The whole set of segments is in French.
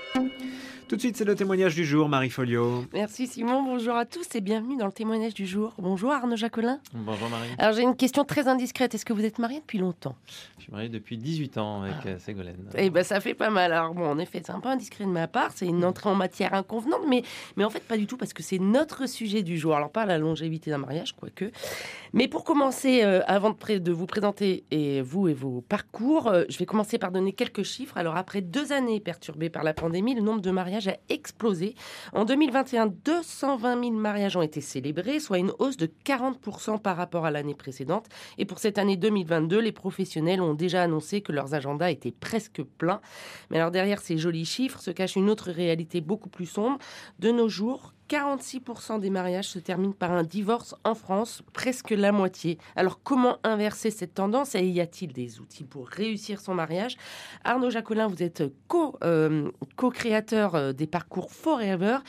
Tout de suite, c'est le témoignage du jour, Marie Folio. Merci Simon, bonjour à tous et bienvenue dans le témoignage du jour. Bonjour Arnaud Jacolin. Bonjour Marie. Alors j'ai une question très indiscrète, est-ce que vous êtes marié depuis longtemps ? Je suis marié depuis 18 ans avec Ségolène. Eh ben ça fait pas mal. Alors bon, en effet, c'est un peu indiscret de ma part, c'est une entrée en matière inconvenante, mais en fait pas du tout parce que c'est notre sujet du jour. Alors pas la longévité d'un mariage, quoique. Mais pour commencer, avant de vous présenter vous et vos parcours, je vais commencer par donner quelques chiffres. Alors après 2 années perturbées par la pandémie, le nombre de mariages a explosé. En 2021, 220 000 mariages ont été célébrés, soit une hausse de 40% par rapport à l'année précédente. Et pour cette année 2022, les professionnels ont déjà annoncé que leurs agendas étaient presque pleins. Mais alors derrière ces jolis chiffres se cache une autre réalité beaucoup plus sombre. De nos jours, 46% des mariages se terminent par un divorce en France, presque la moitié. Alors comment inverser cette tendance et y a-t-il des outils pour réussir son mariage ? Arnaud Jacolin, vous êtes co-créateur des parcours Forever,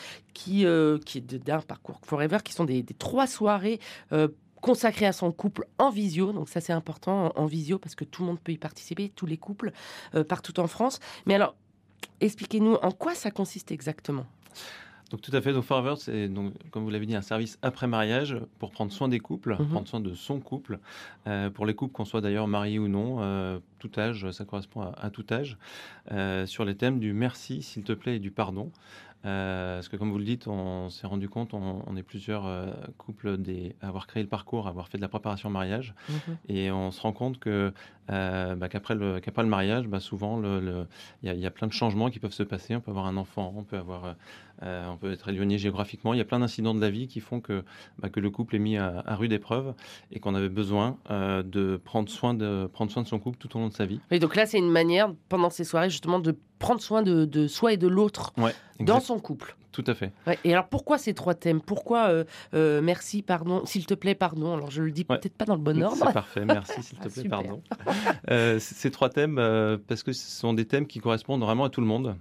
d'un parcours Forever, qui sont des 3 soirées consacrées à son couple en visio. Donc ça c'est important, en visio, parce que tout le monde peut y participer, tous les couples, partout en France. Mais alors, expliquez-nous en quoi ça consiste exactement ? Donc tout à fait, donc Forever, c'est donc, comme vous l'avez dit, un service après mariage pour prendre soin des couples, prendre soin de son couple. Pour les couples, qu'on soit d'ailleurs mariés ou non, tout âge, ça correspond à tout âge, sur les thèmes du merci, s'il te plaît, et du pardon. Parce que comme vous le dites, on s'est rendu compte, on est plusieurs couples à avoir créé le parcours, à avoir fait de la préparation au mariage, et on se rend compte que qu'après le mariage, souvent il y a plein de changements qui peuvent se passer. On peut avoir un enfant, on peut être éloigné géographiquement. Il y a plein d'incidents de la vie qui font que le couple est mis à rude épreuve et qu'on avait besoin de prendre soin de son couple tout au long de sa vie. Et donc là, c'est une manière, pendant ces soirées, justement, de prendre soin de soi et de l'autre dans son couple. Tout à fait. Ouais. Et alors, pourquoi ces 3 thèmes ? Pourquoi merci, pardon, s'il te plaît, pardon ? Alors, je le dis peut-être pas dans le bon ordre. C'est parfait, merci, s'il te plaît, pardon. Ces 3 thèmes, parce que ce sont des thèmes qui correspondent vraiment à tout le monde.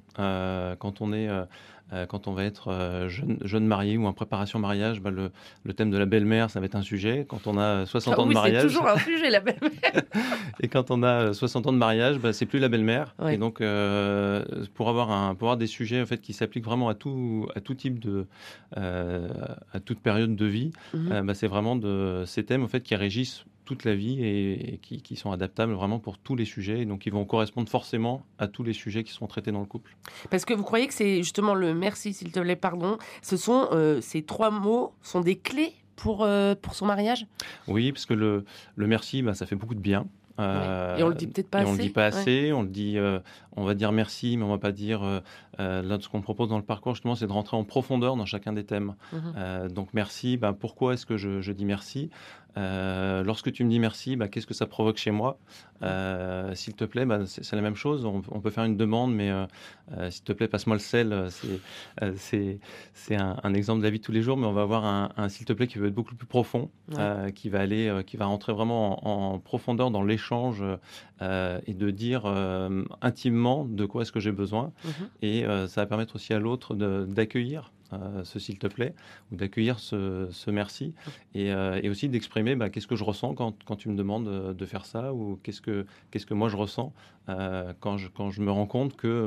Quand on va être jeune marié ou en préparation mariage, le thème de la belle-mère, ça va être un sujet. Quand on a 60 ans de mariage... c'est toujours un sujet, la belle-mère. Et quand on a 60 ans de mariage, c'est plus la belle-mère. Ouais. Et donc, pour avoir des sujets en fait, qui s'appliquent vraiment à tout type à toute période de vie, c'est vraiment ces thèmes en fait, qui régissent toute la vie et qui sont adaptables vraiment pour tous les sujets. Et donc, ils vont correspondre forcément à tous les sujets qui sont traités dans le couple. Parce que vous croyez que c'est justement le merci, s'il te plaît, pardon. Ces 3 mots sont des clés pour son mariage ? Oui, parce que le merci, ça fait beaucoup de bien. Et on le dit peut-être pas assez. On le dit pas assez. On le dit. On va dire merci, mais on va pas dire. Là, ce qu'on propose dans le parcours, justement, c'est de rentrer en profondeur dans chacun des thèmes. Donc merci. Pourquoi est-ce que je dis merci ? Lorsque tu me dis merci, qu'est-ce que ça provoque chez moi ? S'il te plaît, c'est la même chose. On peut faire une demande, mais s'il te plaît, passe-moi le sel. C'est un exemple de la vie de tous les jours, mais on va avoir un s'il te plaît qui va être beaucoup plus profond, qui va rentrer vraiment en profondeur dans l'échange et de dire intimement de quoi est-ce que j'ai besoin. Et ça va permettre aussi à l'autre d'accueillir ce s'il te plaît, ou d'accueillir ce merci, et aussi d'exprimer qu'est-ce que je ressens quand tu me demandes de faire ça, ou qu'est-ce que moi je ressens quand je me rends compte que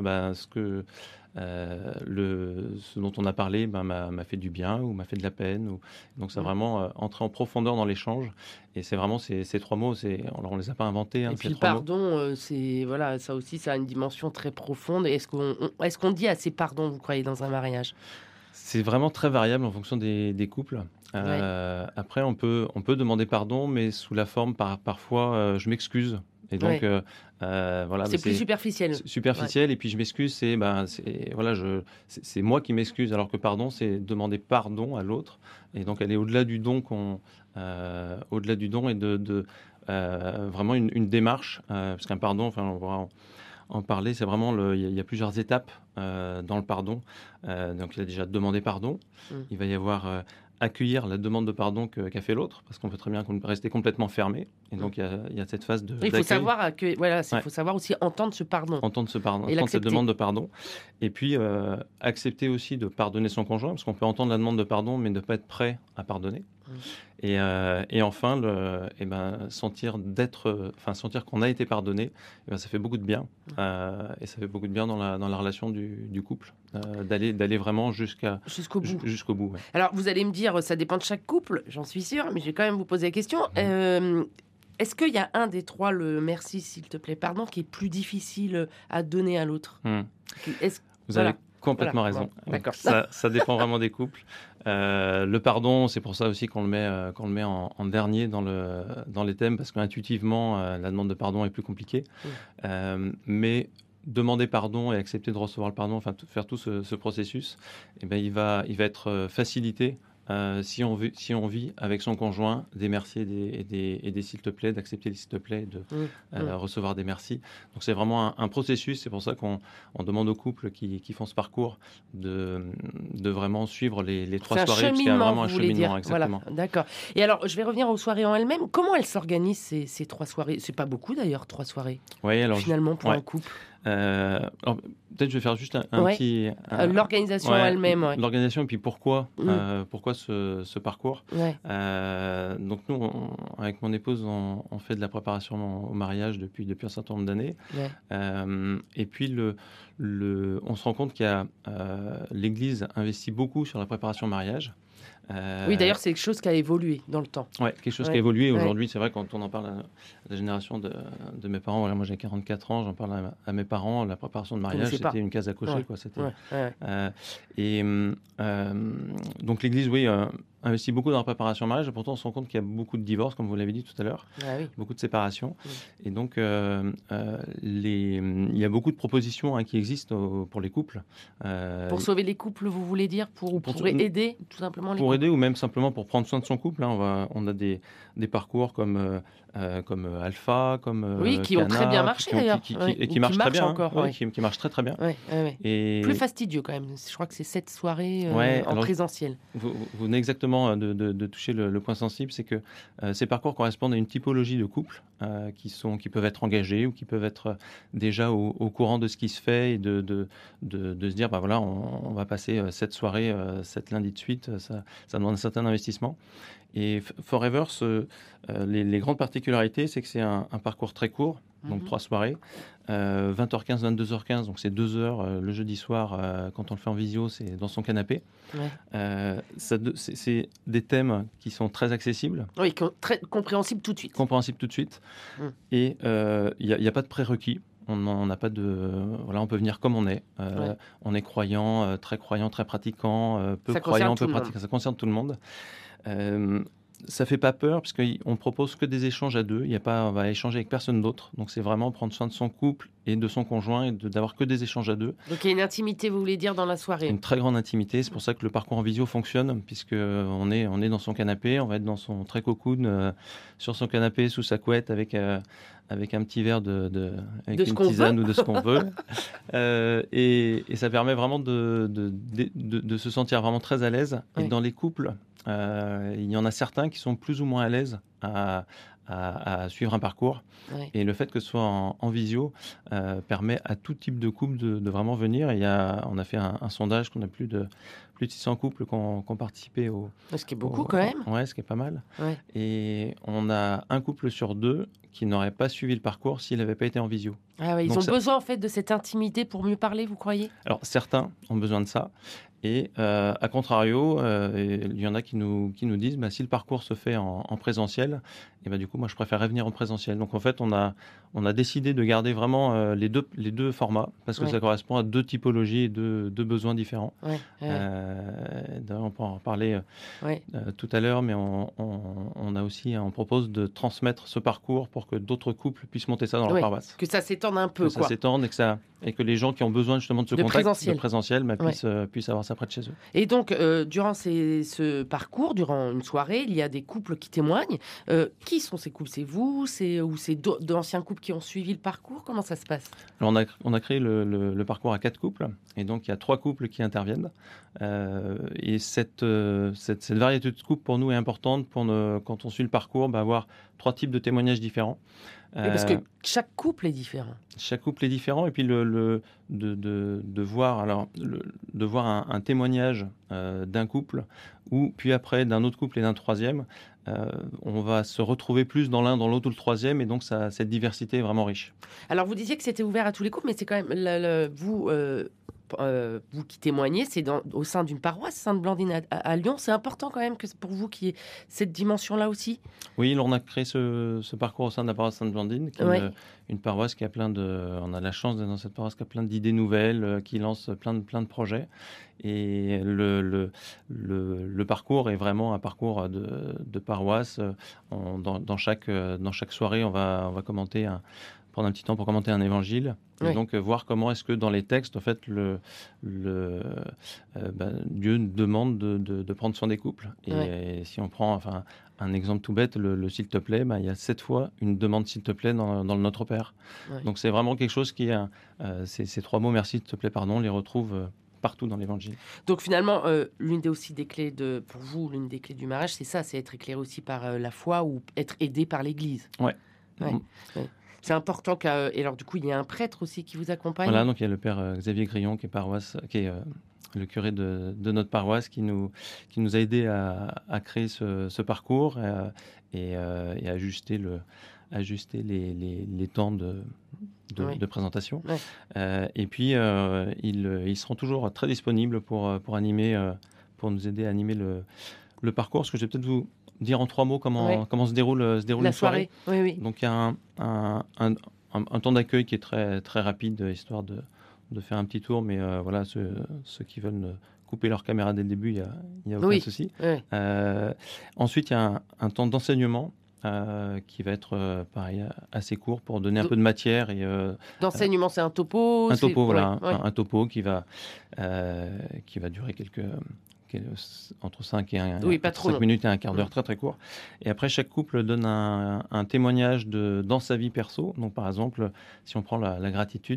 ce dont on a parlé m'a fait du bien ou m'a fait de la peine. Donc c'est vraiment entrer en profondeur dans l'échange, et c'est vraiment ces 3 mots, alors on les a pas inventés. Et puis le pardon, ça aussi, ça a une dimension très profonde. Et est-ce qu'on dit assez pardon, vous croyez, dans un mariage ? C'est vraiment très variable en fonction des couples. Après, on peut demander pardon, mais sous la forme, parfois, je m'excuse. Et donc, c'est plus superficiel. Superficiel, et puis je m'excuse, c'est moi qui m'excuse, alors que pardon, c'est demander pardon à l'autre. Et donc, aller au-delà du don et de vraiment une démarche, parce qu'un pardon, on va en parler, c'est vraiment il y a plusieurs étapes dans le pardon. Donc, il y a déjà demander pardon. Il va y avoir accueillir la demande de pardon qu'a fait l'autre, parce qu'on peut très bien rester complètement fermé. Et donc, il y a cette phase il faut savoir faut savoir aussi entendre ce pardon. Entendre cette demande de pardon. Et puis, accepter aussi de pardonner son conjoint, parce qu'on peut entendre la demande de pardon, mais ne pas être prêt à pardonner. Et enfin, sentir qu'on a été pardonné, ça fait beaucoup de bien. Et ça fait beaucoup de bien dans la relation du couple, d'aller vraiment jusqu'au bout. Jusqu'au bout, ouais. Alors, vous allez me dire, ça dépend de chaque couple, j'en suis sûre, mais je vais quand même vous poser la question. Est-ce qu'il y a un des trois, le merci, s'il te plaît, pardon, qui est plus difficile à donner à l'autre? Vous avez complètement raison. Bon, d'accord. Ça dépend vraiment des couples. Le pardon, c'est pour ça aussi qu'on le met en dernier dans les thèmes, parce qu'intuitivement, la demande de pardon est plus compliquée. Mais demander pardon et accepter de recevoir le pardon, enfin faire tout ce processus, il va être facilité si on vit avec son conjoint des merci et des s'il te plaît, d'accepter les s'il te plaît, de recevoir des merci. Donc c'est vraiment un processus. C'est pour ça qu'on demande aux couples qui font ce parcours de vraiment suivre les 3 soirées, parce qu'il y a vraiment un cheminement. Exactement. Voilà, d'accord. Et alors, je vais revenir aux soirées en elles-mêmes. Comment elles s'organisent ces 3 soirées? C'est pas beaucoup d'ailleurs, 3 soirées. Oui, alors finalement pour un couple. Alors, peut-être je vais faire juste un petit... l'organisation elle-même. Ouais. L'organisation, et puis pourquoi ce parcours. Donc nous, avec mon épouse, on fait de la préparation au mariage depuis un certain nombre d'années. Et puis on se rend compte qu'il y a l'Église investit beaucoup sur la préparation au mariage. Oui, d'ailleurs, c'est quelque chose qui a évolué dans le temps. Oui, quelque chose qui a évolué. Aujourd'hui, c'est vrai, quand on en parle à la génération de mes parents, moi j'ai 44 ans, j'en parle à mes parents, la préparation de mariage, c'était une case à cocher. Donc l'Église, investit beaucoup dans la préparation au mariage, et pourtant on se rend compte qu'il y a beaucoup de divorces, comme vous l'avez dit tout à l'heure, beaucoup de séparations. Et donc, il y a beaucoup de propositions qui existent pour les couples. Pour sauver les couples, vous voulez dire, pour aider tout simplement les couples. Ou même simplement pour prendre soin de son couple. On a des parcours comme Alpha, qui ont très bien marché d'ailleurs, et qui marchent très bien encore, qui marchent très très bien. Et plus fastidieux quand même. Je crois que c'est 7 soirées en présentiel. Vous venez exactement de toucher le point sensible, c'est que ces parcours correspondent à une typologie de couples qui peuvent être engagés ou qui peuvent être déjà au courant de ce qui se fait, et de se dire on va passer 7 soirées 7 lundis de suite, ça demande un certain investissement. Et Forever, les grandes particularités, c'est que c'est un parcours très court, donc 3 soirées, 20h15, 22h15, donc c'est 2 heures le jeudi soir. Quand on le fait en visio, c'est dans son canapé. C'est des thèmes qui sont très accessibles. Oui, très compréhensibles tout de suite. Et il n'y a pas de prérequis. On n'a pas on peut venir comme on est. On est croyant, très pratiquant, peu croyant, peu pratiquant. Ça concerne tout le monde. Ça fait pas peur, parce qu'on propose que des échanges à deux. On va échanger avec personne d'autre. Donc c'est vraiment prendre soin de son couple et de son conjoint, et d'avoir que des échanges à deux. Donc il y a une intimité, vous voulez dire, dans la soirée? Une très grande intimité. C'est pour ça que le parcours en visio fonctionne, puisque on est dans son canapé, on va être dans son très cocoon, sur son canapé, sous sa couette, avec un petit verre avec une tisane ou de ce qu'on veut. Et ça permet vraiment de se sentir vraiment très à l'aise. Et dans les couples, il y en a certains qui sont plus ou moins à l'aise à suivre un parcours. Et le fait que ce soit en visio permet à tout type de couple de vraiment venir. Et on a fait un sondage, qu'on a plus de 600 couples qui ont participé ce qui est beaucoup quand même. Ouais, ce qui est pas mal. Et on a un couple sur 2 qui n'aurait pas suivi le parcours s'il n'avait pas été en visio. Ils ont besoin en fait de cette intimité pour mieux parler, vous croyez? Alors certains ont besoin de ça. Et à contrario, il y en a qui nous disent si le parcours se fait en présentiel, et du coup moi je préférerais venir en présentiel. Donc en fait on a décidé de garder vraiment les deux formats, parce que ça correspond à 2 typologies et 2 besoins différents. On peut en reparler tout à l'heure, mais on propose de transmettre ce parcours pour que d'autres couples puissent monter ça dans leur paroisse. Que ça s'étende un peu. Ça s'étende, et que les gens qui ont besoin justement de ce contact de présentiel puissent avoir ça près de chez eux. Et donc, durant ce parcours, durant une soirée, il y a des couples qui témoignent. Qui sont ces couples? C'est vous? Ou c'est d'anciens couples qui ont suivi le parcours? Comment ça se passe? Alors on a créé le parcours à 4 couples, et donc il y a 3 couples qui interviennent. Et cette variété de couples pour nous est importante quand on suit le parcours, avoir 3 types de témoignages différents. Oui, parce que chaque couple est différent. Chaque couple est différent, et puis de voir un témoignage d'un couple, ou puis après d'un autre couple et d'un troisième, on va se retrouver plus dans l'un, dans l'autre ou le troisième, et donc cette diversité est vraiment riche. Alors vous disiez que c'était ouvert à tous les couples, mais c'est quand même vous qui témoignez, c'est au sein d'une paroisse Sainte-Blandine à Lyon. C'est important quand même que pour vous qu'il y ait cette dimension-là aussi. Oui, on a créé ce parcours au sein de la paroisse Sainte-Blandine, qui est une paroisse qui a on a la chance d'être dans cette paroisse qui a plein d'idées nouvelles, qui lance plein de projets. Et le parcours est vraiment un parcours de paroisse. Dans chaque soirée, on va prendre un petit temps pour commenter un évangile, et donc voir comment est-ce que dans les textes, en fait, Dieu demande de prendre soin des couples. Et si on prend un exemple tout bête, le s'il te plaît, il y a 7 fois une demande s'il te plaît dans le Notre Père. Donc c'est vraiment quelque chose qui est ces 3 mots, merci, s'il te plaît, pardon, on les retrouve partout dans l'Évangile. Donc finalement, l'une des clés pour vous, l'une des clés du mariage, c'est ça, c'est être éclairé aussi par la foi ou être aidé par l'Église. Ouais. C'est important et alors du coup, il y a un prêtre aussi qui vous accompagne. Voilà, donc il y a le père Xavier Grillon qui est le curé de notre paroisse, qui nous a aidés à créer ce parcours et ajuster les temps de présentation. Et puis ils seront toujours très disponibles pour nous aider à animer le parcours. Parce que je vais peut-être vous dire en 3 mots comment se déroule la une soirée. Oui. Donc il y a un temps d'accueil qui est très, très rapide, histoire de faire un petit tour, mais voilà, ceux qui veulent couper leur caméra dès le début, il n'y a aucun souci. Ensuite, il y a un temps d'enseignement qui va être pareil, assez court, pour donner un peu de matière. D'enseignement, c'est un topo. Un topo, voilà, un topo qui va durer entre 5 minutes et un quart d'heure, très très court. Et après, chaque couple donne un témoignage dans sa vie perso. Donc par exemple, si on prend la gratitude,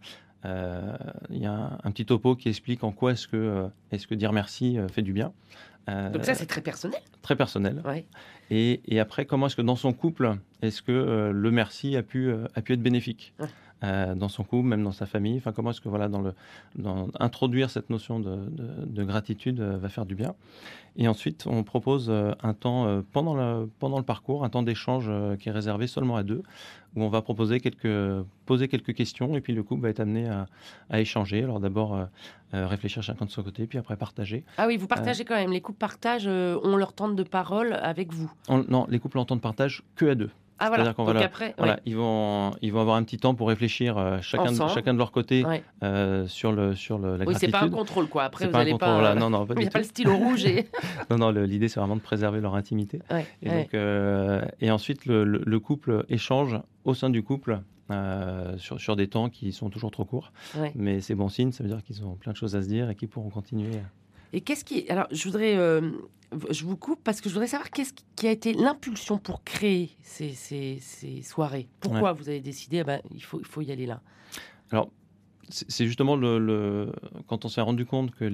il y a un petit topo qui explique en quoi est-ce que dire merci fait du bien. Donc ça, c'est très personnel. Très personnel. Et après, comment est-ce que dans son couple, est-ce que le merci a pu être bénéfique dans son couple, même dans sa famille. Enfin, comment est-ce que introduire cette notion de gratitude va faire du bien. Et ensuite, on propose un temps pendant le parcours, un temps d'échange qui est réservé seulement à 2, où on va poser quelques questions, et puis le couple va être amené à échanger. Alors d'abord réfléchir chacun de son côté, puis après partager. Ah oui, vous partagez quand même. Les couples partagent, ont leur temps de parole avec vous. Non, les couples ont temps de partage que à 2. Ah voilà, donc après, ils vont avoir un petit temps pour réfléchir chacun de leur côté sur la gratitude. Oui, c'est pas un contrôle, quoi. Après, vous n'allez pas... Non, pas il n'y a pas le stylo rouge. Non, l'idée, c'est vraiment de préserver leur intimité. Et ensuite, le couple échange au sein du couple sur des temps qui sont toujours trop courts. Mais c'est bon signe, ça veut dire qu'ils ont plein de choses à se dire et qu'ils pourront continuer. Et alors, je vous coupe parce que je voudrais savoir qu'est-ce qui a été l'impulsion pour créer ces soirées. Pourquoi vous avez décidé, il faut y aller là? Alors, c'est justement quand on s'est rendu compte que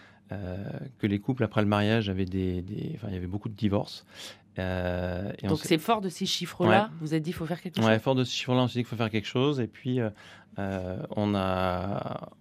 les couples après le mariage avaient il y avait beaucoup de divorces. Donc c'est fort de ces chiffres-là. Vous avez dit, il faut faire quelque chose. Fort de ces chiffres-là, on s'est dit qu'il faut faire quelque chose. Et puis on a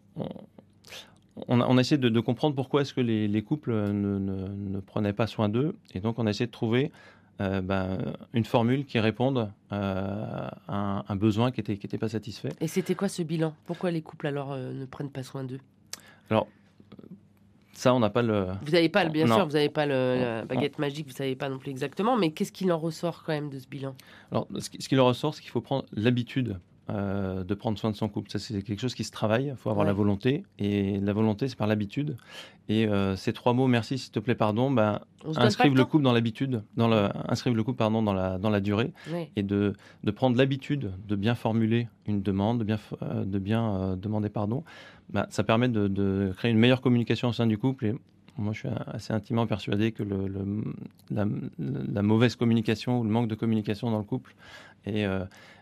essayé de comprendre pourquoi est-ce que les couples ne prenaient pas soin d'eux. Et donc, on a essayé de trouver une formule qui réponde à un besoin qui était pas satisfait. Et c'était quoi ce bilan? Pourquoi les couples, alors, ne prennent pas soin d'eux? Alors, ça, on n'a pas le... Vous n'avez pas, bien sûr, vous n'avez pas la baguette magique, vous ne savez pas non plus exactement. Mais qu'est-ce qu'il en ressort quand même de ce bilan? Alors, ce qu'il en ressort, c'est qu'il faut prendre l'habitude de prendre soin de son couple. Ça, c'est quelque chose qui se travaille. Il faut avoir la volonté. Et la volonté, c'est par l'habitude. Et ces 3 mots, merci, s'il te plaît, pardon, inscrivent le couple dans l'habitude, inscrivent le couple dans la durée. Et de prendre l'habitude de bien formuler une demande, de bien demander pardon. Ça permet de créer une meilleure communication au sein du couple. Et moi, je suis assez intimement persuadé que la mauvaise communication ou le manque de communication dans le couple est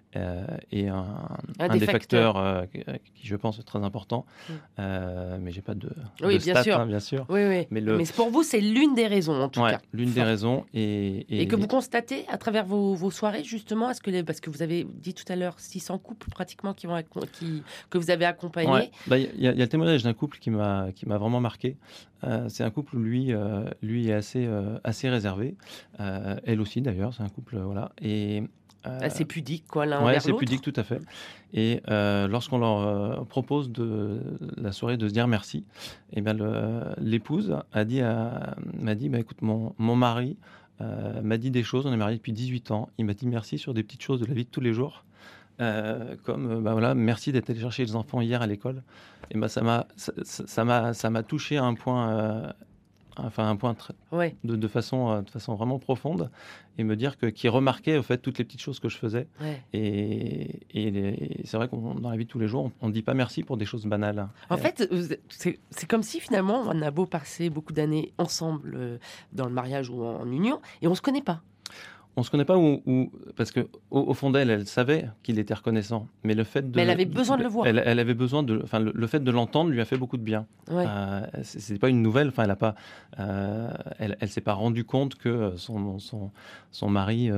et un des facteurs qui, je pense, est très important. Mais j'ai pas de stats, sûr. Bien sûr. Oui. Mais pour vous, c'est l'une des raisons, en tout cas. L'une des raisons. Et que vous constatez à travers vos soirées, justement, parce que vous avez dit tout à l'heure 600 couples pratiquement que vous avez accompagnés. Il y a le témoignage d'un couple qui m'a vraiment marqué. C'est un couple où lui est assez réservé. Elle aussi, d'ailleurs. C'est un couple, voilà. Et assez pudique, quoi, l'un envers l'autre. C'est pudique, tout à fait. Et lorsqu'on leur propose la soirée de se dire merci, et bien l'épouse m'a dit, écoute, mon mari m'a dit des choses, on est mariés depuis 18 ans, il m'a dit merci sur des petites choses de la vie de tous les jours, comme merci d'être allé chercher les enfants hier à l'école. Et ça m'a touché à un point... un point de façon vraiment profonde, et me dire qu'il remarquait, au fait, toutes les petites choses que je faisais. Et c'est vrai qu'on, dans la vie de tous les jours, on ne dit pas merci pour des choses banales. En fait, c'est comme si, finalement, on a beau passer beaucoup d'années ensemble dans le mariage ou en union, et on ne se connaît pas. On se connaît pas parce que au fond d'elle, elle savait qu'il était reconnaissant, mais le fait mais elle avait besoin de le voir. Elle avait besoin le fait de l'entendre lui a fait beaucoup de bien. C'est pas une nouvelle. Elle a pas, elle s'est pas rendue compte que son mari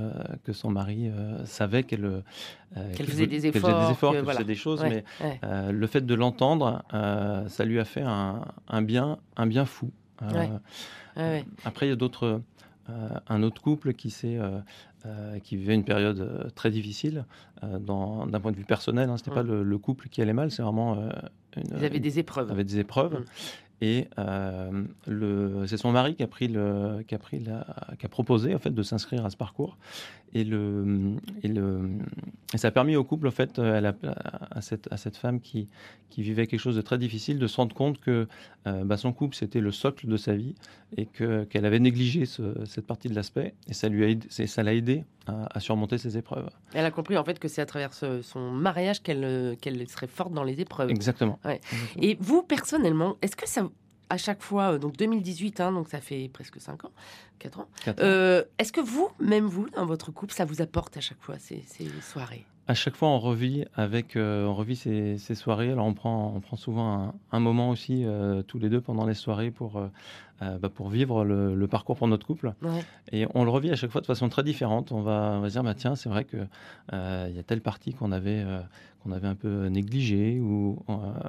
savait qu'elle faisait des efforts, qu'elle faisait des choses, mais le fait de l'entendre, ça lui a fait un bien fou. Après, il y a d'autres. Un autre couple qui vivait une période très difficile d'un point de vue personnel. Ce n'était pas le couple qui allait mal, c'est vraiment... Ils avaient des épreuves. Avait des épreuves. Et c'est son mari qui a proposé, en fait, de s'inscrire à ce parcours. Et ça a permis au couple, en fait, à cette femme qui vivait quelque chose de très difficile, de se rendre compte que son couple, c'était le socle de sa vie, et qu'elle avait négligé cette partie de l'aspect. Et ça l'a aidé à surmonter ses épreuves. Elle a compris, en fait, que c'est à travers son mariage qu'elle serait forte dans les épreuves. Exactement. Et vous, personnellement, est-ce que ça... À chaque fois, donc 2018, donc ça fait presque 5 ans, 4 ans. Est-ce que vous, dans votre couple, ça vous apporte à chaque fois ces soirées ? À chaque fois, on revit ces soirées. Alors, on prend souvent un moment aussi, tous les deux, pendant les soirées pour vivre le parcours pour notre couple. Et on le revit à chaque fois de façon très différente. On va se dire, tiens, c'est vrai qu'il y a telle partie qu'on avait un peu négligée, ou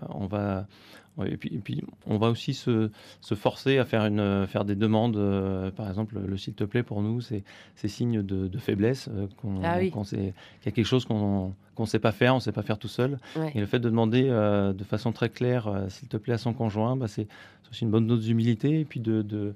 et puis on va aussi se forcer à faire des demandes. Par exemple, le s'il te plaît, pour nous, c'est signe de faiblesse, qu'il y a quelque chose qu'on ne sait pas faire, on ne sait pas faire tout seul. Et le fait de demander de façon très claire, s'il te plaît, à son conjoint, c'est aussi une bonne dose d'humilité, et puis de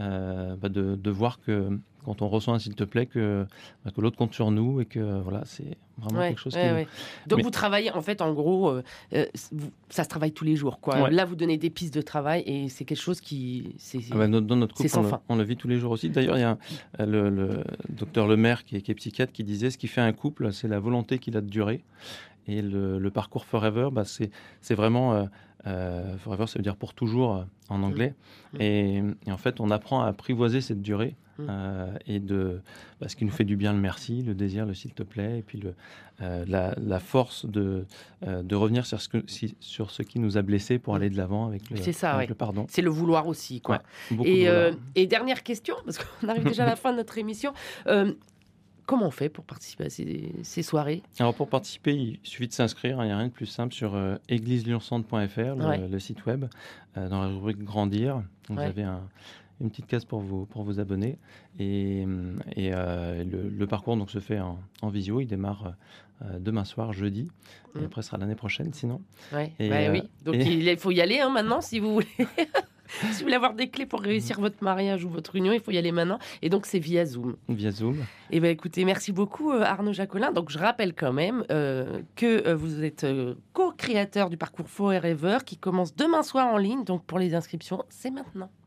voir que quand on reçoit un s'il te plaît, que l'autre compte sur nous, et que voilà, c'est vraiment quelque chose qui... Donc vous travaillez, en fait, en gros, ça se travaille tous les jours, quoi. Là, vous donnez des pistes de travail, et c'est quelque chose qui... dans notre couple, on le vit tous les jours aussi. D'ailleurs, il y a le docteur Lemaire, qui est psychiatre, qui disait, ce qui fait un couple, c'est la volonté qu'il a de durer. Et le parcours Forever, c'est vraiment... Forever, ça veut dire pour toujours en anglais. Et en fait, on apprend à apprivoiser cette durée, et ce qui nous fait du bien, le merci, le désir, le s'il te plaît, et puis la force de revenir sur ce qui nous a blessés pour aller de l'avant avec le pardon. C'est le vouloir aussi, quoi. Et dernière question, parce qu'on arrive déjà à la fin de notre émission. Comment on fait pour participer à ces soirées ? Alors, pour participer, il suffit de s'inscrire. Il n'y a rien de plus simple sur égliselioncentre.fr, le site web, dans la rubrique Grandir. Donc, vous avez une petite case pour vous abonner. Et le parcours donc, se fait en visio. Il démarre demain soir, jeudi. Et après, ce sera l'année prochaine, sinon. Oui. Donc, il faut y aller maintenant, si vous voulez. Si vous voulez avoir des clés pour réussir votre mariage ou votre union, il faut y aller maintenant. Et donc, c'est via Zoom. Via Zoom. Eh bien, écoutez, merci beaucoup, Arnaud Jacolin. Donc, je rappelle quand même que vous êtes co-créateur du parcours Forever, qui commence demain soir en ligne. Donc, pour les inscriptions, c'est maintenant.